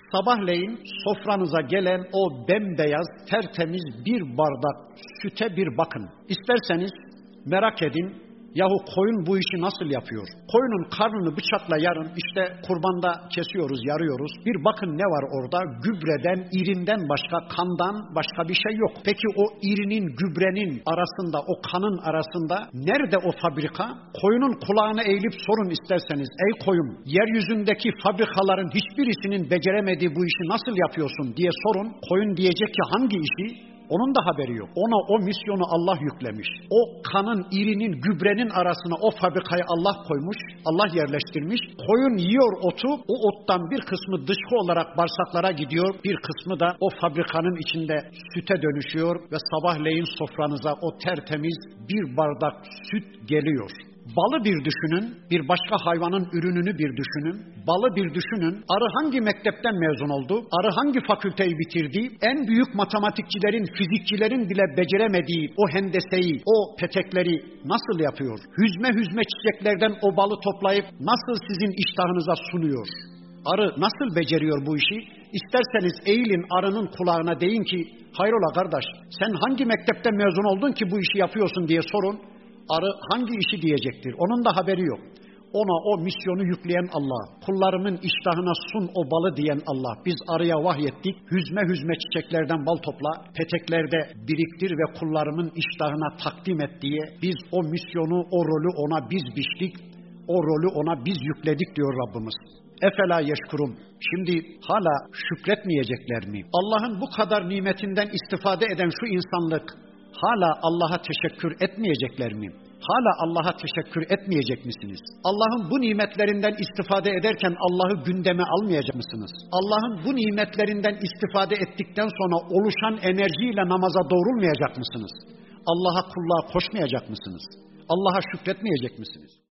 Sabahleyin sofranıza gelen o bembeyaz, tertemiz bir bardak süte bir bakın. İsterseniz merak edin, yahu koyun bu işi nasıl yapıyor? Koyunun karnını bıçakla yarın, işte kurbanda kesiyoruz, yarıyoruz. Bir bakın ne var orada? Gübreden, irinden başka, kandan başka bir şey yok. Peki o irinin, gübrenin arasında, o kanın arasında nerede o fabrika? Koyunun kulağına eğilip sorun isterseniz, ey koyun, yeryüzündeki fabrikaların hiçbirisinin beceremediği bu işi nasıl yapıyorsun diye sorun. Koyun diyecek ki hangi işi? Onun da haberi yok. Ona o misyonu Allah yüklemiş. O kanın, irinin, gübrenin arasına o fabrikayı Allah koymuş, Allah yerleştirmiş. Koyun yiyor otu, o ottan bir kısmı dışkı olarak bağırsaklara gidiyor, bir kısmı da o fabrikanın içinde süte dönüşüyor ve sabahleyin sofranıza o tertemiz bir bardak süt geliyor. Balı bir düşünün, bir başka hayvanın ürününü bir düşünün. Balı bir düşünün, arı hangi mektepten mezun oldu? Arı hangi fakülteyi bitirdi? En büyük matematikçilerin, fizikçilerin bile beceremediği o hendeseyi, o petekleri nasıl yapıyor? Hüzme hüzme çiçeklerden o balı toplayıp nasıl sizin iştahınıza sunuyor? Arı nasıl beceriyor bu işi? İsterseniz eğilin arının kulağına deyin ki, hayrola kardeş, sen hangi mektepten mezun oldun ki bu işi yapıyorsun diye sorun. Arı hangi işi diyecektir? Onun da haberi yok. Ona o misyonu yükleyen Allah, kullarımın iştahına sun o balı diyen Allah. Biz arıya vahyettik, hüzme hüzme çiçeklerden bal topla, peteklerde biriktir ve kullarımın iştahına takdim et diye biz o misyonu, o rolü ona biz biçtik, o rolü ona biz yükledik diyor Rabbimiz. Efela yeşkurun. Şimdi hala şükretmeyecekler mi? Allah'ın bu kadar nimetinden istifade eden şu insanlık, hala Allah'a teşekkür etmeyecekler mi? Hala Allah'a teşekkür etmeyecek misiniz? Allah'ın bu nimetlerinden istifade ederken Allah'ı gündeme almayacak mısınız? Allah'ın bu nimetlerinden istifade ettikten sonra oluşan enerjiyle namaza doğrulmayacak mısınız? Allah'a kulluğa koşmayacak mısınız? Allah'a şükretmeyecek misiniz?